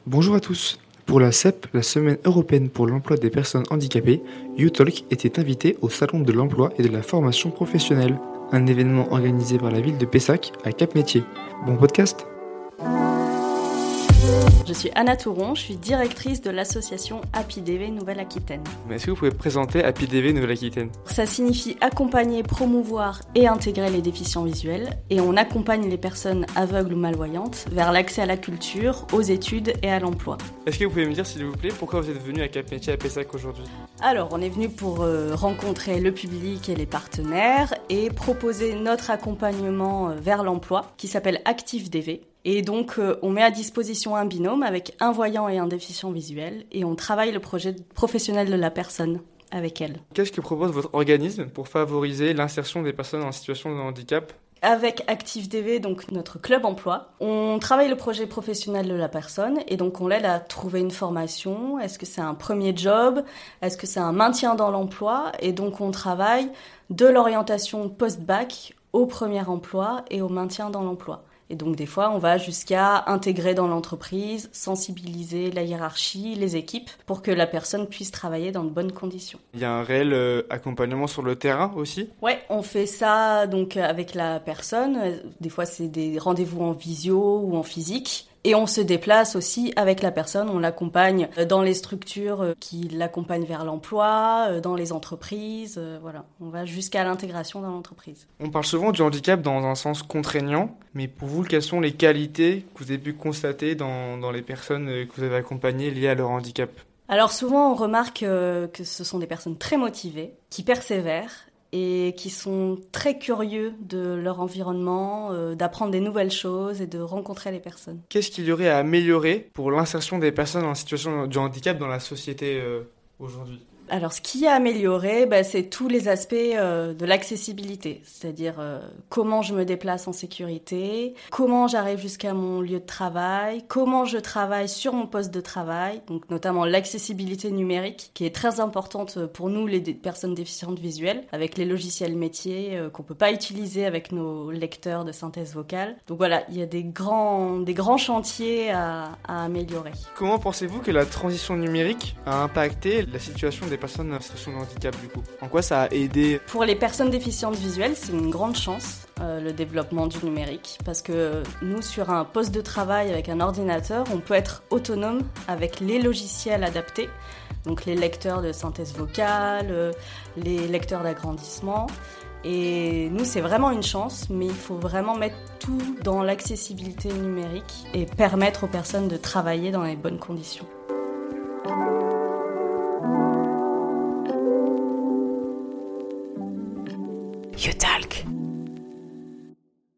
Bonjour à tous. Pour la CEP, la Semaine européenne pour l'emploi des personnes handicapées, YouTalk était invité au Salon de l'emploi et de la formation professionnelle, un événement organisé par la ville de Pessac à Cap-Métier. Bon podcast. Je suis Anna Touron, je suis directrice de l'association HappyDV Nouvelle-Aquitaine. Mais est-ce que vous pouvez présenter HappyDV Nouvelle-Aquitaine ? Ça signifie accompagner, promouvoir et intégrer les déficients visuels, et on accompagne les personnes aveugles ou malvoyantes vers l'accès à la culture, aux études et à l'emploi. Est-ce que vous pouvez me dire, s'il vous plaît, pourquoi vous êtes venu à Cap-Métier à Pessac aujourd'hui ? Alors, on est venu pour rencontrer le public et les partenaires et proposer notre accompagnement vers l'emploi qui s'appelle ActiveDV. Et donc, on met à disposition un binôme avec un voyant et un déficient visuel et on travaille le projet professionnel de la personne avec elle. Qu'est-ce que propose votre organisme pour favoriser l'insertion des personnes en situation de handicap ? Avec ActiveDV, donc notre club emploi, on travaille le projet professionnel de la personne et donc on l'aide à trouver une formation. Est-ce que c'est un premier job ? Est-ce que c'est un maintien dans l'emploi ? Et donc on travaille de l'orientation post-bac au premier emploi et au maintien dans l'emploi. Et donc des fois, on va jusqu'à intégrer dans l'entreprise, sensibiliser la hiérarchie, les équipes, pour que la personne puisse travailler dans de bonnes conditions. Il y a un réel accompagnement sur le terrain aussi ? Ouais, on fait ça donc avec la personne. Des fois, c'est des rendez-vous en visio ou en physique. Et on se déplace aussi avec la personne, on l'accompagne dans les structures qui l'accompagnent vers l'emploi, dans les entreprises, voilà. On va jusqu'à l'intégration dans l'entreprise. On parle souvent du handicap dans un sens contraignant, mais pour vous, quelles sont les qualités que vous avez pu constater dans les personnes que vous avez accompagnées liées à leur handicap ? Alors souvent, on remarque que ce sont des personnes très motivées, qui persévèrent, et qui sont très curieux de leur environnement, d'apprendre des nouvelles choses et de rencontrer les personnes. Qu'est-ce qu'il y aurait à améliorer pour l'insertion des personnes en situation de handicap dans la société aujourd'hui ? Alors, ce qui a amélioré, c'est tous les aspects de l'accessibilité, c'est-à-dire comment je me déplace en sécurité, comment j'arrive jusqu'à mon lieu de travail, comment je travaille sur mon poste de travail, donc notamment l'accessibilité numérique, qui est très importante pour nous, les personnes déficientes visuelles, avec les logiciels métiers qu'on peut pas utiliser avec nos lecteurs de synthèse vocale. Donc voilà, il y a des grands chantiers à améliorer. Comment pensez-vous que la transition numérique a impacté la situation des personnes en situation de handicap du coup ? En quoi ça a aidé ? Pour les personnes déficientes visuelles, c'est une grande chance, le développement du numérique, parce que nous, sur un poste de travail avec un ordinateur, on peut être autonome avec les logiciels adaptés, donc les lecteurs de synthèse vocale, les lecteurs d'agrandissement. Et nous, c'est vraiment une chance, mais il faut vraiment mettre tout dans l'accessibilité numérique et permettre aux personnes de travailler dans les bonnes conditions. YouTalk.